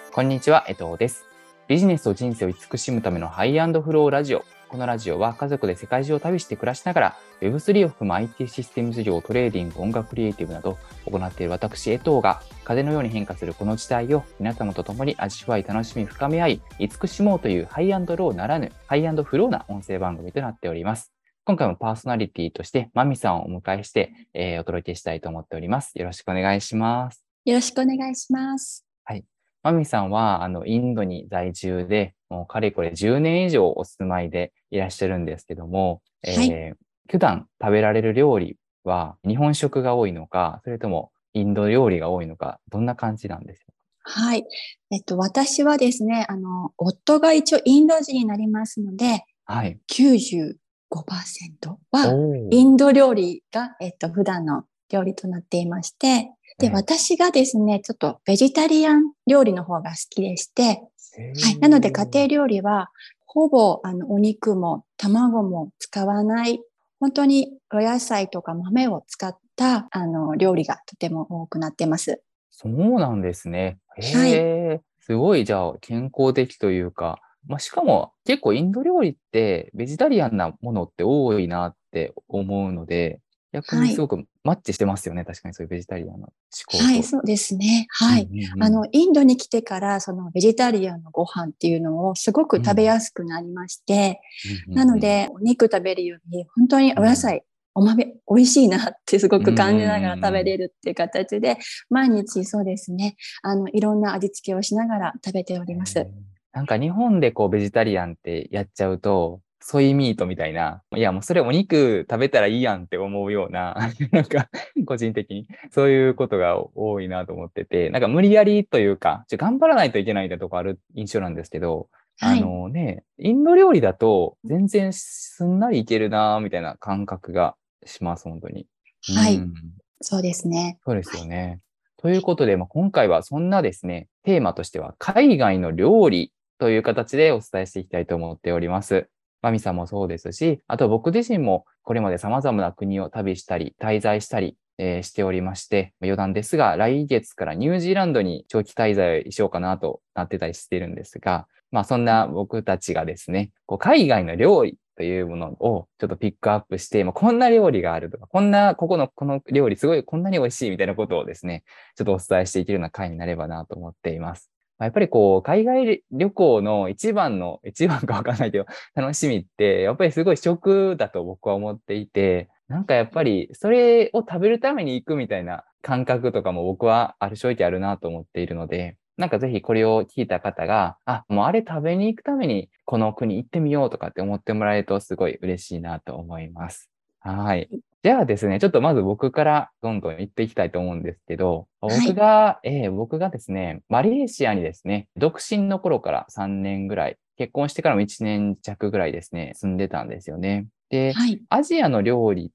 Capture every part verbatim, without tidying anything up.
こんにちは、江藤です。ビジネスと人生を慈しむためのハイアンドフローラジオ。このラジオは家族で世界中を旅して暮らしながら ウェブスリー を含む アイティー システム事業、トレーディング、音楽クリエイティブなど行っている私、江藤が風のように変化するこの時代を皆様と共に味わい、楽しみ、深め合い、慈しもうというハイアンドローならぬハイアンドフローな音声番組となっております。今回もパーソナリティとしてマミさんをお迎えして、えー、お届けしたいと思っております。よろしくお願いします。 よろしくお願いします。 はい。マミさんは、あの、インドに在住で、もうかれこれじゅうねん以上お住まいでいらっしゃるんですけども、 はい。 えー、普段食べられる料理は日本食が多いのか、それともインド料理が多いのか、どんな感じなんですか？ はい。えっと、私はですね、あの、夫が一応インド人になりますので、 はい。 きゅうじゅうごパーセントおはー。 インド料理が、えっと、普段の料理となっていまして、で、 え私がですね、ちょっとベジタリアン料理の方が好きでして、 ー、えはい。なので家ー、 庭料理は、ほぼ、あの、お肉も卵も使わない、本当にお野菜とか豆を使った、あの、料理がとても多くなってます。 そうなんですね。 はい。 へえ、すごい、じゃあ、健康的というか、まあ、しかも結構インド料理ってベジタリアンなものって多いなって思うので、逆はい。 にすごくマッチしてますよね。確かにそういうベジタリアンの思考はい、 と。 そうですね。 うんうはい。あんの、インドに来てから、そのベジタリアンのご飯っていうのをすごくうん。 食べやすくなりまして、 うんうんうん。 なので、お肉食べるより、本当にうんお野菜、お豆、美味しいなってすごうんうんく感じながら食べうん。 れるっていう形で、毎日そうですね、あの、いろんな味付けをしながら食べております。 へえ。なんか日本でこうベジタリアンってやっちゃうと、ソイミートみたいな、いやもうそれお肉食べたらいいやんって思うような、なんか個人的にそういうことが多いなと思ってて、なんか無理やりというか、ちょ頑張らないといけないみたいなとこある印象なんですけど、あはい。 のね、インド料理だと全然すんなりいけるなみたいな感覚がします、本当に。うはい。 ん。 そうですね。 そうですはい。 よね。ということで、まあ、今回はそんなですね、テーマとしては海外の料理という形でお伝えしていきたいと思っております。マミさんもそうですし、あと僕自身もこれまで様々な国を旅したり、滞在したり、えーしておりまして、余談ですが、来月からニュージーランドに長期滞在しようかなとなってたりしているんですが、まあそんな僕たちがですね、こう海外の料理というものをちょっとピックアップして、まあ、こんな料理があるとか、こんな、ここの、この料理すごい、こんなに美味しいみたいなことをですね、ちょっとお伝えしていけるような回になればなと思っています。まあ、やっぱりこう、海外旅行の一番の、一番かわかんないけど、楽しみって、やっぱりすごい食だと僕は思っていて、なんかやっぱりそれを食べるために行くみたいな感覚とかも僕はある正直あるなと思っているので、なんかぜひこれを聞いた方が、あ、もうあれ食べに行くためにこの国行ってみようとかって思ってもらえるとすごい嬉しいなと思います。はい。じゃあですね、ちょっとまず僕からどんどん言っていきたいと思うんですけど、僕はい。 が、えー僕がですね、マレーシアにですね、独身の頃からさんねんぐらい、結婚してからもいちねん弱ぐらいですね、住んでたんですよね。で、 はい。 アジアの料理って、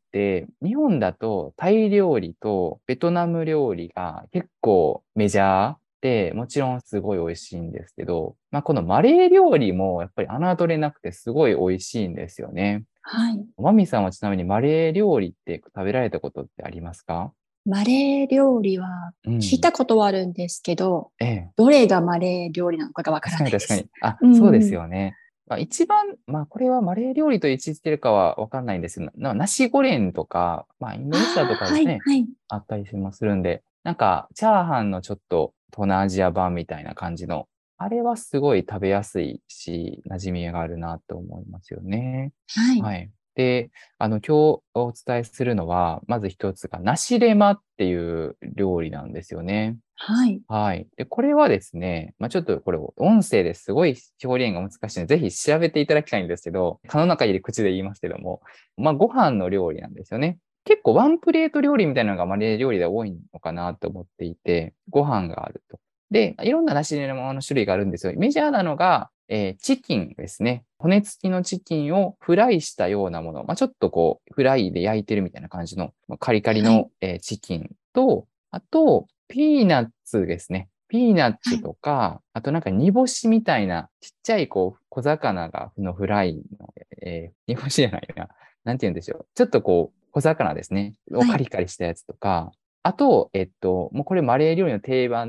日本だとタイ料理とベトナム料理が結構メジャーで、もちろんすごい美味しいんですけど、まあ、このマレー料理もやっぱり侮れなくてすごい美味しいんですよね。 はい。 マミさんはちなみにマレー料理って食べられたことってありますか？ マレー料理はうん。 聞いたことはあるんですけど、 ええ。 どれがマレー料理なのかがわか確らないです。 かに確かに。あ、そうですうん。 よね。まあ、一番、まあ、これはマレー料理と位置づけるかはわかんないんですが、なナシゴレンとか、まあ、インドネシアとああ、はい、 かですね、 はい。 あったりしまするんで、なんか、チャーハンのちょっと東南アジア版みたいな感じの、あれはすごい食べやすいし、馴染みがあるなと思いますよね。 はい。 はい。で、あの、今日お伝えするのは、まず一つが、ナシレマっていう料理なんですよね。 はい。 はい。で、これはですね、まあ、ちょっとこれを音声ですごい表現が難しいので、ぜひ調べていただきたいんですけど、可能な限り口で言いますけども、まあ、ご飯の料理なんですよね。結構ワンプレート料理みたいなのがマレー料理で多いのかなと思っていて、ご飯があると。で、いろんなナシレモの種類があるんですよ。メジャーなのが、えーチキンですね。骨付きのチキンをフライしたようなもの。まあ、ちょっとこう、フライで焼いてるみたいな感じの、まあカリカリはい。 の、えーチキンと、あと、ピーナッツですね。ピーナッツはい。 とか、あとなんか煮干しみたいな、ちっちゃいこう、小魚が、のフライの、えー煮干しじゃないな。なんて言うんでしょう。ちょっとこう、小魚ですね。をはい。 カリカリしたやつとか、あと、えっと、もうこれマレー料理の定番の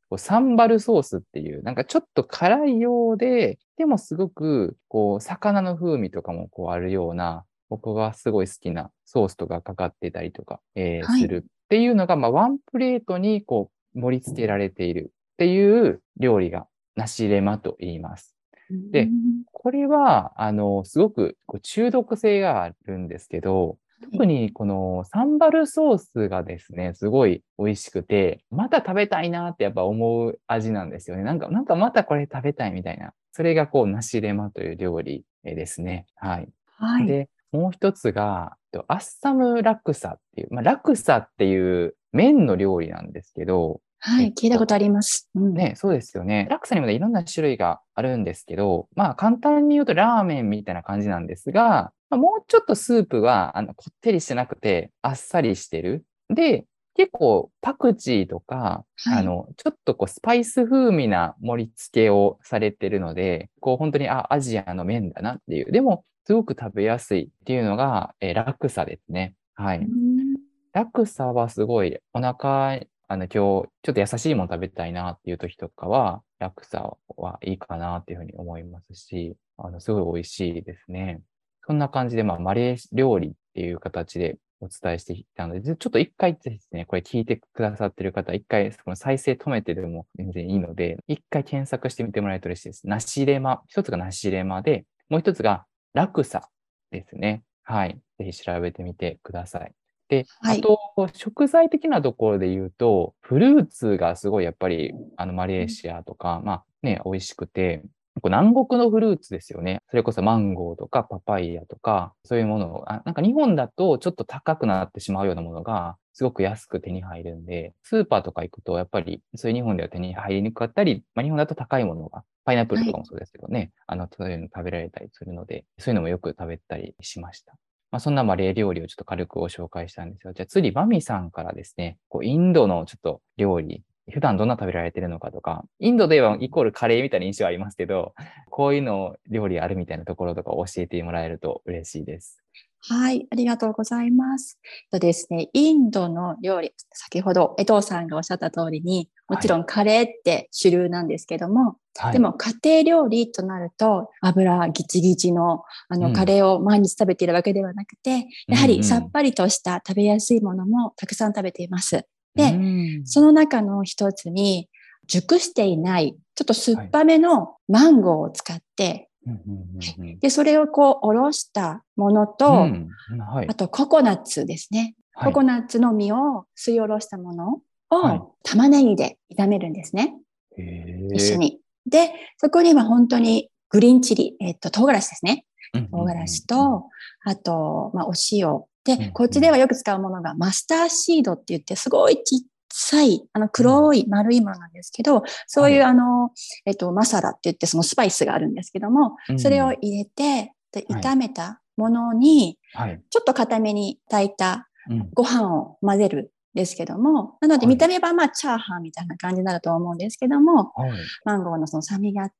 こうサンバルソースっていう、なんかちょっと辛いようで、でもすごく、こう、魚の風味とかもこうあるような、僕がすごい好きなソースとかかかってたりとか、えーはい。 するっていうのが、まあ、ワンプレートにこう盛り付けられているっていう料理がナシレマと言います。 うで、 ん。 これは、あの、すごくこう中毒性があるんですけど、 はい。 特にこのサンバルソースがですね、すごい美味しくて、また食べたいなってやっぱ思う味なんですよね。なんか、なんかまたこれ食べたいみたいな。それがこう、ナシレマという料理えですね。はい。 はい。 で、もう一つが、とアッサムラクサっていう、まあ、ラクサっていう麺の料理なんですけど、 はい。 えっと、 聞いたことあります。うん。 ね、そうですよね。ラクサにもね、いろんな種類があるんですけど、まあ簡単に言うとラーメンみたいな感じなんですが、まあ、もうちょっとスープはあのこってりしてなくてあっさりしてる。で、結構パクチーとか、 はい。 あの、ちょっとこうスパイス風味な盛り付けをされてるので、こう本当に、あ、アジアの麺だなっていう。でも、すごく食べやすいっていうのが、えーラクサですね。はうい。 ん。 ラクサはすごいお腹、あの、今日、ちょっと優しいもの食べたいなっていう時とかは、ラクサはいいかなっていうふうに思いますし、あの、すごい美味しいですね。そんな感じで、まあ、マレー料理っていう形でお伝えしてきたので、ちょっと一回ですね、これ聞いてくださってる方、一回、この再生止めてでも全然いいので、一回検索してみてもらえると嬉しいです。ナシレマ。一つがナシレマで、もう一つがラクサですね。はい。ぜひ調べてみてください。で、 はい。 あと、食材的なところで言うと、フルーツがすごいやっぱり、あの、マレーシアとか、まあね、美味しくて、こう南国のフルーツですよね。それこそマンゴーとかパパイヤとか、そういうものを、あ、なんか日本だとちょっと高くなってしまうようなものが、すごく安く手に入るんで、スーパーとか行くと、やっぱり、そういう日本では手に入りにくかったり、まあ、日本だと高いものが、パイナップルはい。 とかもそうですけどね、あの、そういうの食べられたりするので、そういうのもよく食べたりしました。まあ、そんなマレー料理をちょっと軽くご紹介したんですが、じゃあ次、マミさんからですね、こうインドのちょっと料理、普段どんな食べられてるのかとか、インドではイコールカレーみたいな印象はありますけど、こういうの料理あるみたいなところとか教えてもらえると嬉しいです。 はい。ありがとうございます。とですね、インドの料理、先ほど江藤さんがおっしゃった通りに、もはい。 ちろんカレーって主流なんですけども、 はい。 でも家庭料理となると油ギチギチのあのカうん。 レーを毎日食べているわけではなくて、 うんやはりさうん。 っぱりとした食べやすいものもたくさん食べています。 うーで、そん。 の中の一つに熟していないちょっと酸はい。 っぱめのマンゴーを使って、 うんうんうんで、それをこうおろしたものうん。 と、 うん。はい。 あとココナッツですね。 はい。 ココナッツの実をすりおろしたものはい。 を玉ねぎで炒めるんですね。 へえ。 一緒に。で、そこには本当にグリーンチリ、えっと、唐辛子ですね。 うんう唐辛子んうんと、あと、まあ、お塩。で、 うん。 こっちではよく使うものがマスターシードって言って、すごいちっさい、あの、黒い丸いものなんですけど、そういうはい。 あの、えっと、マサラって言ってそのスパイスがあるんですけども、それをうん。 入れて、ではい。 炒めたものに、 はい。 ちょっと固めに炊いたうん。 ご飯を混ぜるんですけども、なのではい。 見た目はまあチャーハンみたいな感じになると思うんですけども、 はい。 マンゴーのその酸味があって、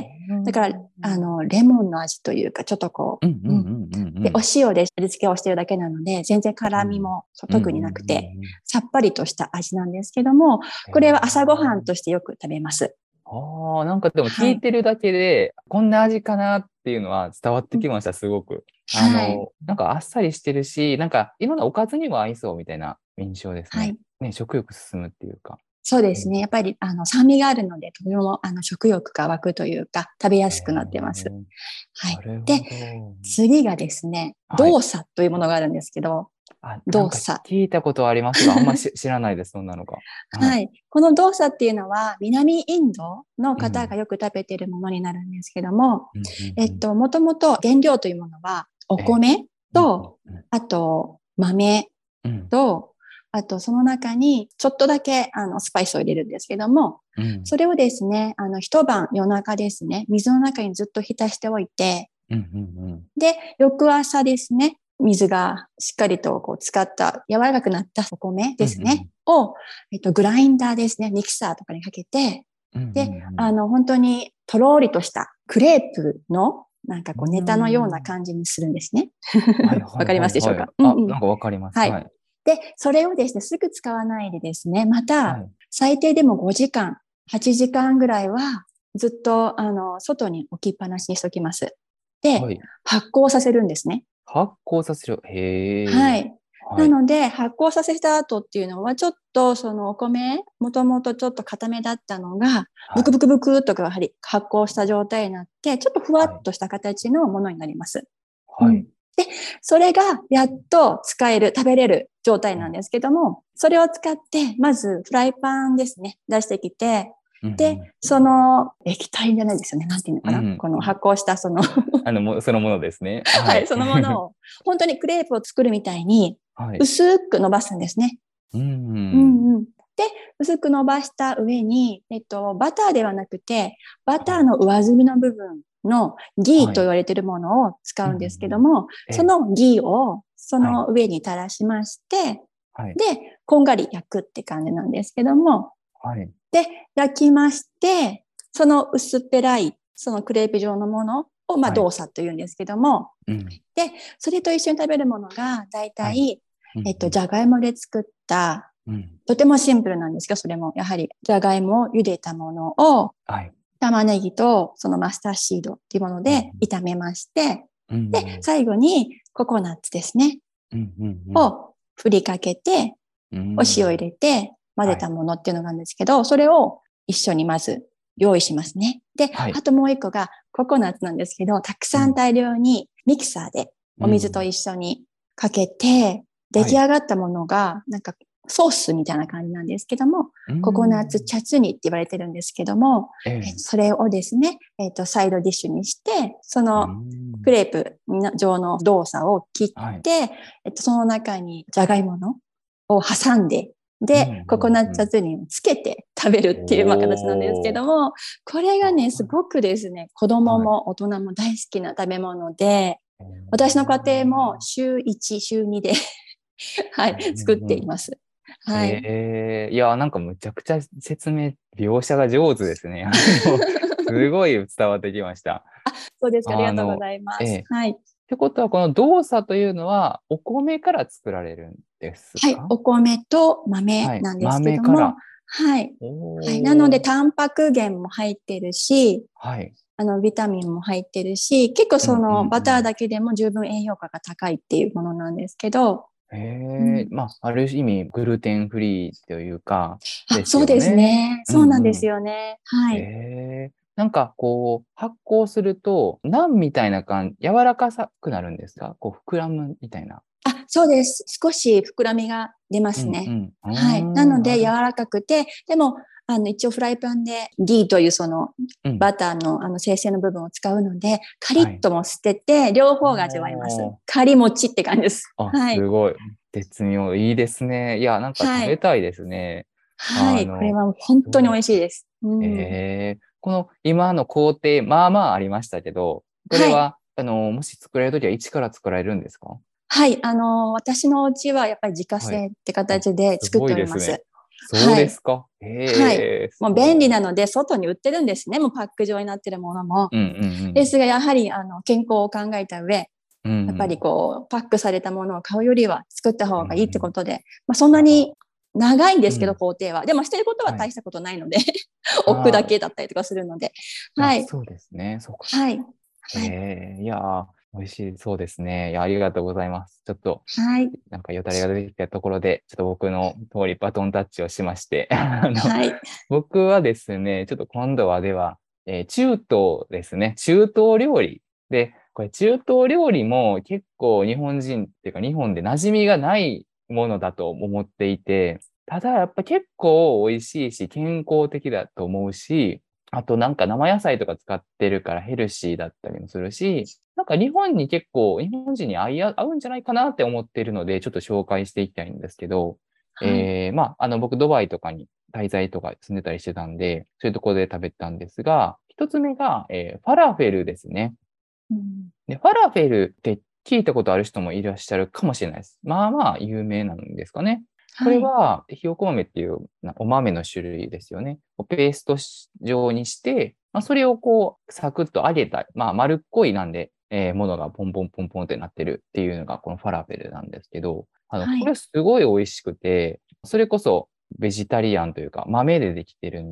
うだから、あん。 の、レモンの味というか、ちょっとこうんうう、うん。 んうんうんうで、おん。 塩で味付けをしてるだけなので、全然辛みもうんうんう特になくて、 んうん。 さっぱりとした味なんですけども、 へこれは朝ごはんえ。 としてよく食べます。 ああ、なんかでも聞いはい。 てるだけで、こんな味かなっていうのは伝わってうん、 きました、すごく。あはい。 の、なんかあっさりしてるし、なんかいろんなおかずにも合いそうみたいな印象ですね。 はい。 ね、食欲進むっていうか。うん、 そうですね。やっぱり、あの、酸味があるので、とても、あの、食欲が湧くというか、食べやへすくなってます。 え、 はい。 なるで、 ほど。 次がですね、 はい。 動作というものがあるんですけど、 あ、なんか動作。 聞いたことはありますが、あんまし知らないです、そんなのが。はい。 はい。この動作っていうのは、南インドのうん。 方がよく食べているものになるんですけども、 うん、うん、うん。 えっと、もともと原料というものは、おええ。 米うん、うん、 と、 うん。 あと、豆うん、 と、あと、その中にちょっとだけ、あの、スパイスを入れるんですけども、 うん、 それをですね、あの、一晩夜中ですね、水の中にずっと浸しておいて、 うん、うん、うん。 で、翌朝ですね、水がしっかりとこう使った柔らかくなったお米うん、 ですね、 うん。 を、えっと、グラインダーですね、ミキサーとかにかけて、 うんうで、あんの、本当にとろーりとしたクレープのなんかうこうネタのようなん。 感じにするんですね。 はいはいわかりはいはい。 ますでしょうか？うんあ、 うん。 なんかわかります。 はい。 はい。 で、それをですね、すぐ使わないでですね、またはい。 最低でもごじかんはちじかんぐらいはずっとあの外に置きっぱなしにしておきます。で、 はい。 発酵させるんですね。 発酵させる。へえ。 はい。 はい。 なので、発酵させた後っていうのは、ちょっとそのお米、もともとちょっと固めだったのが、ブはい。 クブクブクっとやはり発酵した状態になって、ちょっとふわはい。 っとした形のものになります。うはい。 ん。で、それがやっと使える、食べれる状態うん。 なんですけども、それを使って、まずフライパンですね、出してきて、で、 うん。 その液体じゃないですよね。なんていうのかな。 うん。 このうん。 発酵したそのあの、もそのものですね。ははい、 い。 そのものを、本当にクレープを作るみたいに、 はい。 薄く伸ばすんですね。 うん。 うんうん。で、薄く伸ばした上に、えっと、バターではなくて、バタはい。 ーの上澄みの部分のギーはい。 と言われているものを使うん。 うんですけども、 ええ。 そのギーをそはい。 の上に垂らしまして、 はい。 で、こんがり焼くって感じなんですけども、 はい。 で、焼きまして、その薄っぺらい、そのクレープ状のものを、まあ、 はい。 ドーサと言うんですけども、 うん。 で、それと一緒に食べるものが、だいたはい。 い、 うん。 えっと、じゃがいもで作った、 うん。 とてもシンプルなんですけど、それも、やはり、じゃがいもを茹でたものを、 はい。 玉ねぎとそのマスターシードっていうものうん。 で炒めまして、 うで、 ん。 最後にココナッツですね、 うん。うん。うん。 を振りかけて、 うお塩入ん。 れて混ぜはい。 たものっていうのがあるんですけど、それを一緒にまず用意しますね。で、 はい。 あともう一個がココナッツなんですけど、たくうん。 さん大量にミキサーでお水とうん。 一緒にかけて、出はい。 来上がったものが、なんかソースみたいな感じなんですけども、 うココナッツん。 チャツニって言われてるんですけども、えええ。 それをですね、えっと、サイドディッシュにして、そうのクん。 レープ状の動作を切っはい。 て、えっと、その中にじゃがいものを挟んで、 うん。 で、ココナッツチャうん。 ツニをつけて食べるっていうまあ形なんですけおー。 ども、これがね、すはごくですね、子供い。 も大人も大好きな食べ物で、 う私の家庭ん。 も週いち、週にではうん。 い、作っうん。 ています。はい。 ええ、いや、なんかむちゃくちゃ説明、描写が上手ですね。あの、すごい伝わってきました。 そうですか。ありがとうごあの、 ざいます。 ええ。っはい。 てことは、この動作というのは、お米から作られるんですはい。 か？ お米と豆はい。 なんですけども、 豆から。 はい。はい。なので、 おー。 タンパク源も入ってるし、 はい。 あの、ビタミンも入ってるし、結構うんうそのバターんだけでも十分栄養価が高いっていうものなんですけど、 うん。へえ、 うん。 まあ、ある意味、グルテンフリーというか、 あ、 ですそうですよね。 ね。 うそうなんですんうん。 よね。はへい。 え。なんかこう、発酵すると、ナンみたいな感じ、柔らかさくなるんですか？こう、膨らむみたいな。 あ、そうです。少し膨らみが出まうすね。 んうん。うーはい。なのん、なるで柔らかくて、でも、あの、一応フライパンで ディー というそのうん。 バターのあの生成の部分を使うので、カリはい。 ッとも捨てて、両方が味わえます。 おー。 カリもちって感じです。 あ、 はい。 すごい。絶妙。いいですね。いや、なんか食べはい。 たいですね。 はい。これあの、 は本当に美どう味しいです。うえん。 え、この今の工程、まあまあありましたけど、これはい。 は、あの、もし作られるときは一から作られるんですか？ はい。あの、私のお家はやっぱり自家はい。 製ってあ、 形で作っすごております。 いですね。そうはい。 ですか。 はい。 ええ、 もう便利そう。 なので、外に売ってるんですね。もうパック状になってるものも。 うんうんですが、やはり、あの、健康を考えた上、 うん。うやっぱりん。 こう、パックされたものを買うよりは作ったうん方がいいってうん。 ことで、まあ、そんなああ、 に長いんですけど、 うん。 工程は。でも、してることははい。 大したことないので置くだああ、 けだったりとかするので。 あ、 はい。 そうですね。そうかそうはい。 か。へはい。 え、いやー、美味しいそうですね。いや、ありがとうございます。ちょっと、 はい。 なんかよだれが出てきたところで、ちょっと僕の通りバトンタッチをしまして、あの、 はい。 僕はですね、ちょっと今度はでは、えー中東ですね。中東料理。で、これ中東料理も結構日本人っていうか日本で馴染みがないものだと思っていて、ただやっぱ結構美味しいし健康的だと思うし、あとなんか生野菜とか使ってるからヘルシーだったりもするし、なんか日本に結構、日本人に合い合合うんじゃないかなって思っているので、ちょっと紹介していきたいんですけど、 はい。 えー、まあ、あの、僕、ドバイとかに滞在とか住んでたりしてたんで、そういうところで食べたんですが、一つ目が、えーファラフェルですね。 うん、 で、ファラフェルって聞いたことある人もいらっしゃるかもしれないです。まあまあ有名なんですかね。こはい。 れは、ひよこ豆っていうなお豆の種類ですよね。をペースト状にして、まあ、それをこう、サクッと揚げた、まあ丸っこいなんで、えーものがポンポンポンポンってなってるっていうのがこのファラフェルなんですけど、あの、 はい。 これすごい美味しくて、それこそベジタリアンというか豆でできてるんで、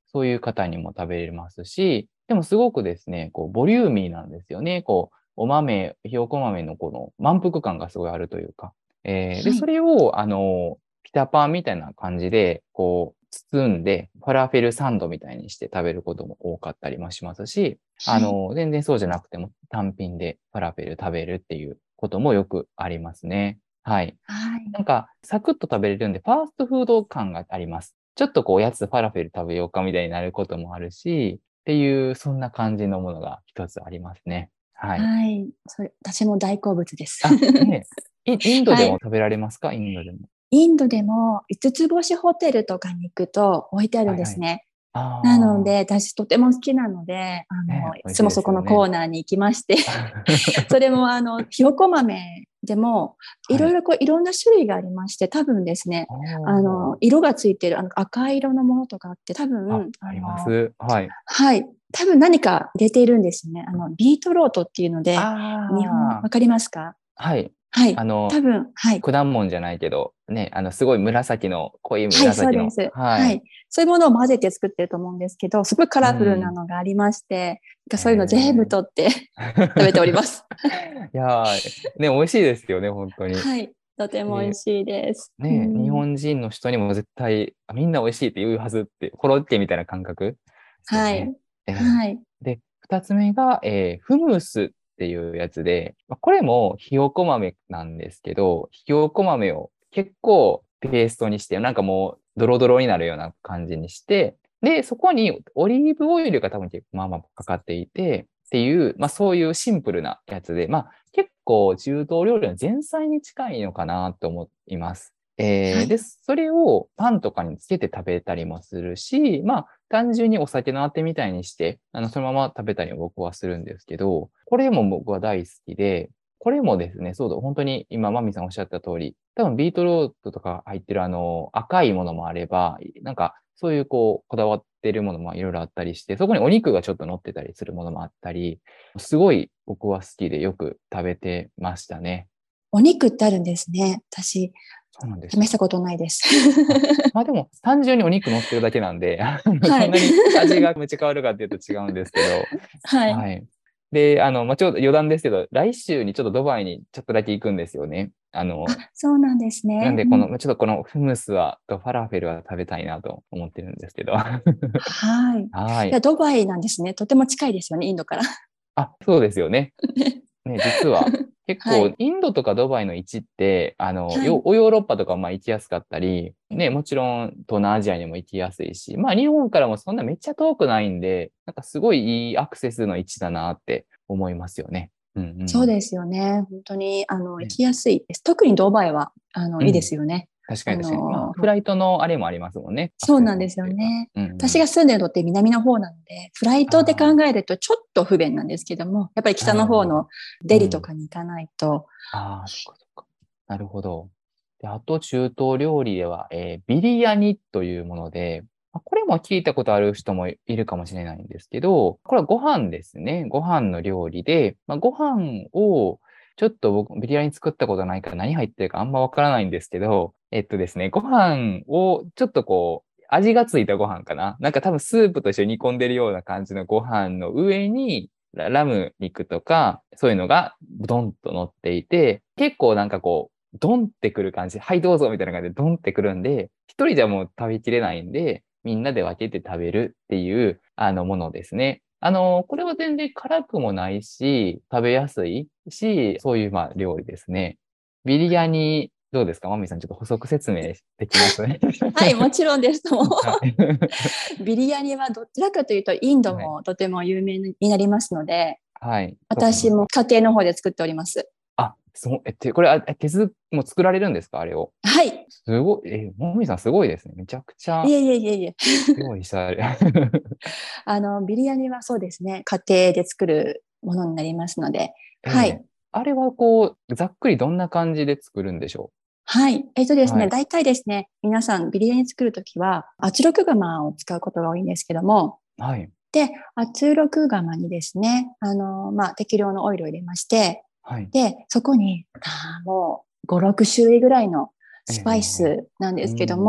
そういう方にも食べれますし、でもすごくですね、こう、ボリューミーなんですよね。こう、お豆、ひよこ豆のこの満腹感がすごいあるというか。えーで、そはい。 れを、あの、ピタパンみたいな感じで、こう、包んで、ファラフェルサンドみたいにして食べることも多かったりもしますし、あはい。 の、全然そうじゃなくても単品でファラフェル食べるっていうこともよくありますね。はい。 はい。 なんか、サクッと食べれるんで、ファーストフード感があります。ちょっとこう、おやつファラフェル食べようかみたいになることもあるし、っていう、そんな感じのものが一つありますね。はい。 はい。それ、私も大好物です。 あ、ねえ、イインドはい。 でも食べられますか？インドでも。 インドでも五つ星ホテルとかに行くと置いてあるんはいはい。 ですね。なのあで、私とても好きなので、ああ、 の、 ね、 い美味しいでつもそこのコすよね。 ーナーに行きまして、それもあの、ひよこ豆でも、いはい。 ろいろこう、いろんな種類がありまして、多分ですね、 おあー。 の、色がついてる、あの、赤色のものとかあって、多あ、 分、 ありまあの、 す。はい。 はい、多分何か入れているんですよね。あの、ビートロートっていうので、日本、 ああ、 わかりますか？ はい。 はい。 あの、 多分、はい。 果物じゃないけど、ね、あの、すごい紫の、濃いはい、そう紫の、 です。 はい。 はい。そういうものを混ぜて作ってると思うんですけど、すごいカうラフルなん。 のがありまして、 へそういうの全部え。 取って食べております。 いやー、ね、美味しいですよね、本当に。 はい。とても美味で、 しいです。うね、日ん。 本人の人にも絶対、あみんな美味しいって言うはずって、コロッケみたいな感覚ですよね。 はい。 ええはい。 で、二つ目が、えーフムスっていうやつで、まあこれもひよこ豆なんですけど、ひよこ豆を結構ペーストにして、なんかもうドロドロになるような感じにして、で、そこにオリーブオイルが多分結構まあまあかかっていて、っていう、まあそういうシンプルなやつで、まあ結構中東料理の前菜に近いのかなと思います。えーで、 はい。 それをパンとかにつけて食べたりもするし、まあ、単純にお酒のあてみたいにして、あの、そのまま食べたりも僕はするんですけど、これも僕は大好きで、これもですね、そうだ、本当に今、マミさんおっしゃった通り、多分ビートロートとか入ってるあの、赤いものもあれば、なんか、そういうこう、こだわってるものもいろいろあったりして、そこにお肉がちょっと乗ってたりするものもあったり、すごい僕は好きでよく食べてましたね。 お肉ってあるんですね。私、 そうなんですよ。 試したことないです。 あ、まあでも、単純にお肉乗ってるだけなんで、あのはい。 そんなに味がめっちゃ変わるかっていうと違うんですけど、 はい。 はい。で、あの、まあ、ちょうど余談ですけど、来週にちょっとドバイにちょっとだけ行くんですよね。ああ、 の、 そうなんですね。 なんで、 うん。 この、まあちょっとこのフムスは、とファラフェルは食べたいなと思ってるんですけど。 はい。いや、 はい。 ドバイなんですね。とても近いですよね、インドから。 あ、そうですよね。 ね。 ね、実は、結構、 はい。 インドとかドバイの位置って、あの、ヨはい。 ヨーロッパとかもまあ行きやすかったり、ね、もちろん東南アジアにも行きやすいし、まあ日本からもそんなめっちゃ遠くないんで、なんかすごいいいアクセスの位置だなって思いますよね。うんうん。 そうですよね。本当に、あの、行ね、 きやすいです。特にドバイは、あの、いいでうん。 すよね。あ確かに確かに。まあ、 の、 フライトのあれもありますもんね。アクセスそうなんですよのっていうか。 ね。 うんうん。 私が住んでるのって南の方なので、フライトで考あえるとちょっと不便なんですけども、やっぱりあ、な北るほど、なるほど。 の方のデリとうん。 かに行かないと、 ああ、そっかそっか。なるほど。で、あと中東料理では、えービリヤニというもので、まあこれも聞いたことある人もいるかもしれないんですけど、これはご飯ですね。ご飯の料理で、まあ、ご飯を、ちょっと僕、ビリヤニ作ったことないから何入ってるかあんまわからないんですけど、えっとですね、ご飯をちょっとこう、味がついたご飯かな。なんか多分スープと一緒に煮込んでるような感じのご飯の上に、ララム肉とか、そういうのがドンと乗っていて、結構なんかこう、ドンってくる感じ、はいどうぞみたいな感じでドンってくるんで、一人じゃもう食べきれないんで、みんなで分けて食べるっていう、あの、ものですね。あの、これは全然辛くもないし、食べやすいし、そういう、まあ、料理ですね。ビリヤニ、どうですかマミさん、ちょっと補足説明できますね。 はい、もちろんです。もうはい。 ビリヤニはどちらかというとインドはい。 もとても有名になりますので、 はい。そっかそ私っか。 も家庭の方で作っております。 あ、そう、え、て、これ、あ、え手ず、もう作られるんですかあれを。 はい。 すごい、え、もみさんすごいですね。めちゃくちゃいえいえいえいえ。 用意される。 あの、ビリヤニはそうですね、家庭で作るものになりますので、 ええ。 はい。 あれはこう、ざっくりどんな感じで作るんでしょはい。えっとですね、 う？はい。 大体ですね、皆さんビリヤニ作るときは圧力釜を使うことが多いんですけども、 はい。 で、圧力釜にですね、あの、まあ、適量のオイルを入れまして、 はい。 で、そこに、あーもうご、ろく種類ぐらいのええ、 スパイええ。 スなんでうすけども、 ん。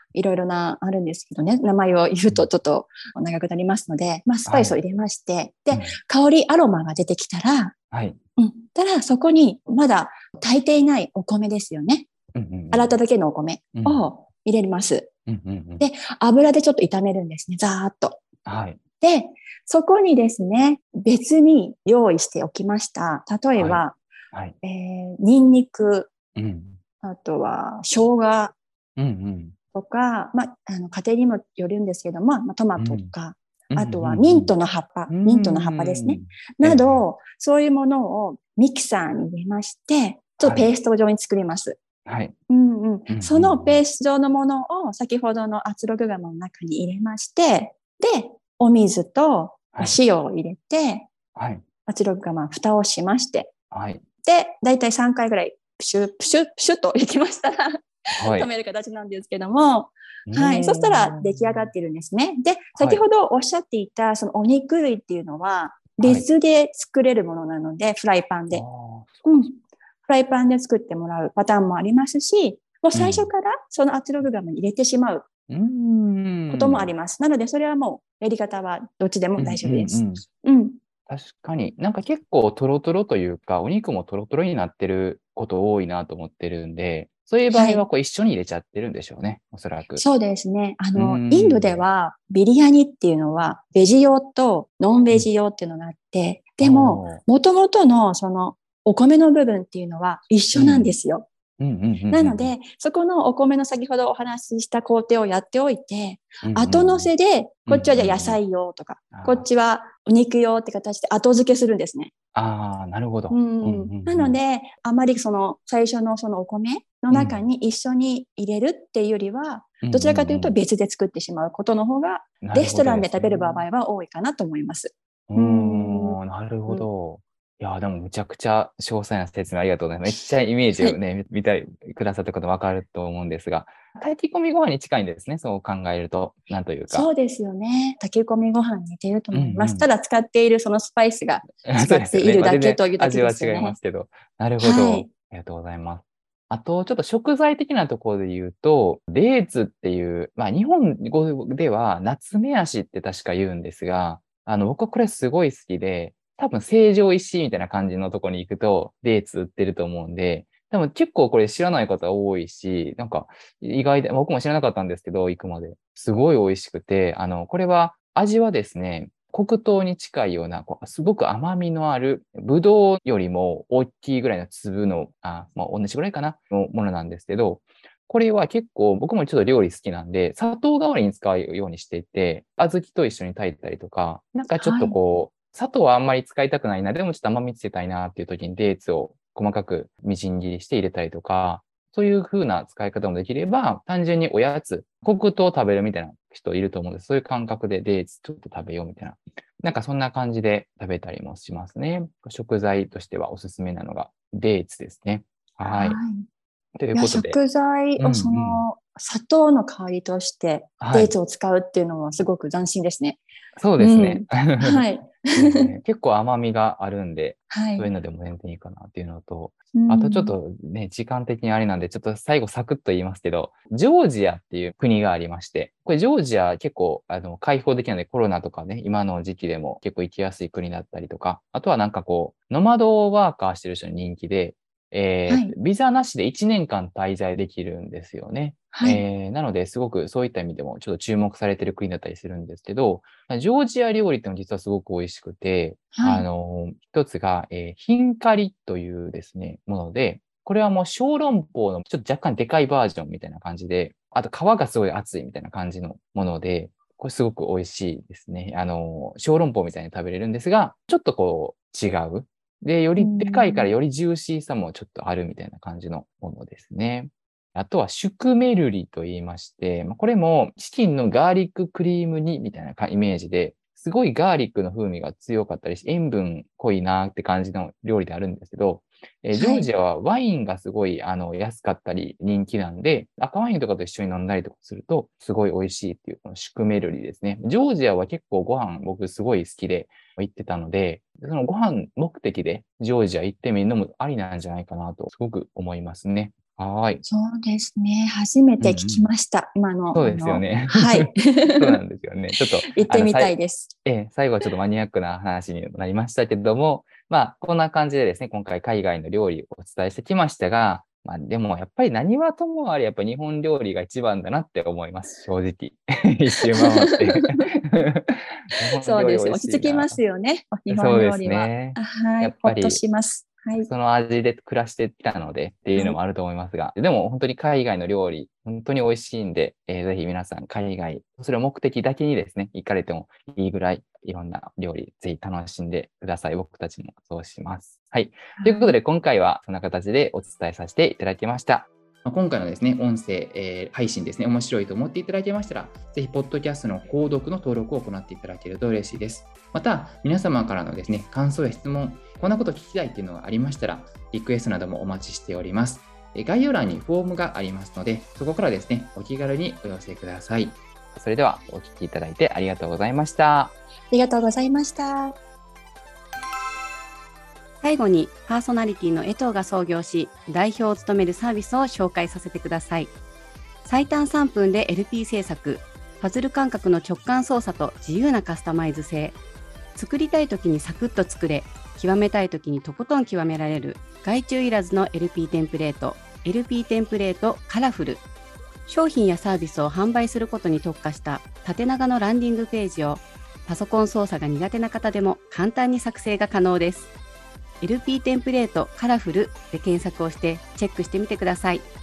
いろいろなあるんですけどね、名前を言うとちょっと長くなりますので、まあ、スパイスを入れまして、で、 うん、 香り、アロマが出てきたら、 はい。 うん。たら、そこにまだ炊いていないお米ですよね。 うんうん洗っただけのお米うん。うんを入れます。 うんうんうん。 で、油でちょっと炒めるんですね。ざーっと。 はい。 で、そこにですね、別に用意しておきました。例えはい。 ば、 はい。 えー、ニンニク、 うん。 あとは生姜うんうん。 とか、まあ、あの、家庭にもよるんですけども、まあ、トマうん。 トとか、 うんあとはミントうんの葉っぱ、 うミントの葉っぱですね。 ん。ええ。 など、そういうものをミキサーに入れまして、ちょっとはい。 ペースト状に作ります。 はい。 うんうん。 うんうんそのうん。 ペースト状のものを先ほどの圧力釜の中に入れまして、で、お水とおはい。 塩を入れて、 はい。 圧力釜、蓋をしまして、 はい。 で、だいたいさんかいぐらい、プシュッ、プシュッ、プシュッといきましたら、 はい。 止める形なんですけども、 うーはい。そしたら出来上がっん。 ているんですね。で、 はい。 先ほどおっしゃっていた、そのお肉類っていうのは、 はい。 別で作れるものなので、フライパンああ、 で。 そっかうん。フライパンで作ってもらうパターンもありますし、もううん。 最初からその圧力釜に入れてしまううーこともあん。 ります。なので、それはもうやり方はどっちでも大うんう丈夫です。 んうん。 うん。 確かに。なんか結構トロトロというか、お肉もトロトロになってること多いなと思ってるんで、そういう場はい。 合はこう一緒に入れちゃってるんでしょうね、おそらく。 そうですね。あうーの、インドでん。 はビリヤニっていうのは、ベジ用とノンベうん。 ジ用っていうのがあって、 あでも、 あ。 元々のそのお米の部分っていうのは一緒なんでうん。 すよ。 うんうんうんうんうん。 なので、そこのお米の先ほどお話しした工程をやっておいて、 うんうん後乗せで、 うん。うんこっちはじゃあ野うんうん。 菜用とか、こっあちはお肉用って形で後付けするんですね。 あ、ああ、なるほうど。うんうんん。なうん。 ので、あまりその最初のそのお米のうん。 中に一緒に入れるっていうよりは、 うんどちらかといううんうん。 と別で作ってしまうことの方が、 なるレストランでほどですね。 食べる場合は多いかなと思います。 ううん。 ーん、なるほうん。 ど。いや、でもむちゃくちゃ詳細な説明ありがとうございます。めっちゃイメージはい。 をね、見たいくださったこと分かると思うんですが、炊き込みご飯に近いんですね、そう考えると。なんというか。 そうですよね。炊き込みご飯に似てるとうんう思います。たん。 だ使っているそのスパイスが違そうですよね。 っているまあ、全然だけというだけ味は違ですよね。 いますけど。なるほど。 はい。 ありがとうございます。あと、ちょっと食材的なところで言うと、デーツっていう、まあ、日本語では夏目足って確か言うんですが、あの、僕はこれすごい好きで、多分成城石井みたいな感じのところに行くと、デーツ売ってると思うんで、多分結構これ知らない方多いし、なんか意外で、僕も知らなかったんですけど、行くまで。すごい美味しくて、あの、これは味はですね、黒糖に近いような、こうすごく甘みのある、ぶどうよりも大きいぐらいの粒の、あ、まあ、同じぐらいかな、のものなんですけど、これは結構僕もちょっと料理好きなんで、砂糖代わりに使うようにしていて、小豆と一緒に炊いたりとか、なんかちょっはい。 とこう、砂糖はあんまり使いたくないな、でもちょっと甘みつけたいなっていう時にデーツを細かくみじん切りして入れたりとか、そういう風な使い方もできれば、単純におやつ、黒糖を食べるみたいな人いると思うんです。そういう感覚でデーツちょっと食べようみたいな。なんかそんな感じで食べたりもしますね。食材としてはおすすめなのがデーツですね。はい。 はい。 といういや、 ことで。 食材うんうをそん。 の砂糖の代わりとしてはい。 デーツを使うっていうのはすごく斬新ですね。 そうですね。 うん。はい。 ね、結構甘みがあるんで、 はい。 そういうのでも全然いいかなっていうのと、 うあとちょっん。 とね、時間的にあれなんで、ちょっと最後サクッと言いますけど、ジョージアっていう国がありまして、これジョージア結構あの開放的なのでコロナとかね、今の時期でも結構行きやすい国だったりとか、あとはなんかこう、ノマドワーカーしてる人に人気で、えー、 はい。 ビザなしでいちねんかん滞在できるんですよね。 はい。 えー、なので、すごくそういった意味でもちょっと注目されてる国だったりするんですけど、ジョージア料理ってのも実はすごく美味しくて、あはい。 の、一つが、えー、ヒンカリというですね、もので、これはもう小籠包のちょっと若干でかいバージョンみたいな感じで、あと皮がすごい厚いみたいな感じのもので、これすごく美味しいですね。あの、小籠包みたいに食べれるんですが、ちょっとこう違う。で、ようりでかいからん。 よりジューシーさもちょっとあるみたいな感じのものですね。あとはシュクメルリと言いまして、まあ、これもチキンのガーリッククリーム煮みたいなイメージで、すごいガーリックの風味が強かったりし、塩分濃いなって感じの料理であるんですけど、えージはい。 ョージアはワインがすごいあの安かったり人気なんで、赤ワインとかと一緒に飲んだりとかすると、すごい美味しいっていう、このシュクメルリですね。ジョージアは結構ご飯僕すごい好きで行ってたので、そのご飯目的でジョージア行ってみるのもありなんじゃないかなと、すごく思いますね。 はい。 そうですね。初めて聞きうんうん。 ました。今の、 そうあの、 ですよね。 はい。 そうなんですよね。ちょっと、あの、 行ってみさいたいです。 ええ、最後はちょっとマニアックな話になりましたけども、まあ、こんな感じでですね、今回海外の料理をお伝えしてきましたが、まあ、でもやっぱり何はともあれやっぱ日本料理が一番だなって思います、正直。一周回って。日本料理美そうですね。落ち着きま味しいな。 すよね。日本そうです料理は。 ね。やはい。ほっとっぱりします。はい。 その味で暮らしてきたのでっていうはい。 のもあると思いますが、でも本当に海外の料理、本当に美味しいんで、えーぜひ皆さん海外、それを目的だけにですね、行かれてもいいぐらい、いろんな料理、ぜひ楽しんでください。僕たちもそうします。はい。ということで、今回はそんな形でお伝えさせていただきました。まあ今回のですね、音声、えー配信ですね、面白いと思っていただけましたら、ぜひ、ポッドキャストの購読の登録を行っていただけると嬉しいです。また、皆様からのですね、感想や質問、こんなこと聞きたいっていうのがありましたら、リクエストなどもお待ちしております。え概要欄にフォームがありますので、そこからですね、お気軽にお寄せください。それでは、お聞きいただいてありがとうございました。 ありがとうございました。 最後にパーソナリティの江藤が創業し、代表を務めるサービスを紹介させてください。最短さんぷんで エルピー 制作、パズル感覚の直感操作と自由なカスタマイズ性、作りたい時にサクッと作れ、極めたい時にとことん極められる外注いらずの エルピー テンプレート、エルピー テンプレートカラフル。商品やサービスを販売することに特化した縦長のランディングページをパソコン操作が苦手な方でも簡単に作成が可能です。エルピー テンプレートカラフルで検索をしてチェックしてみてください。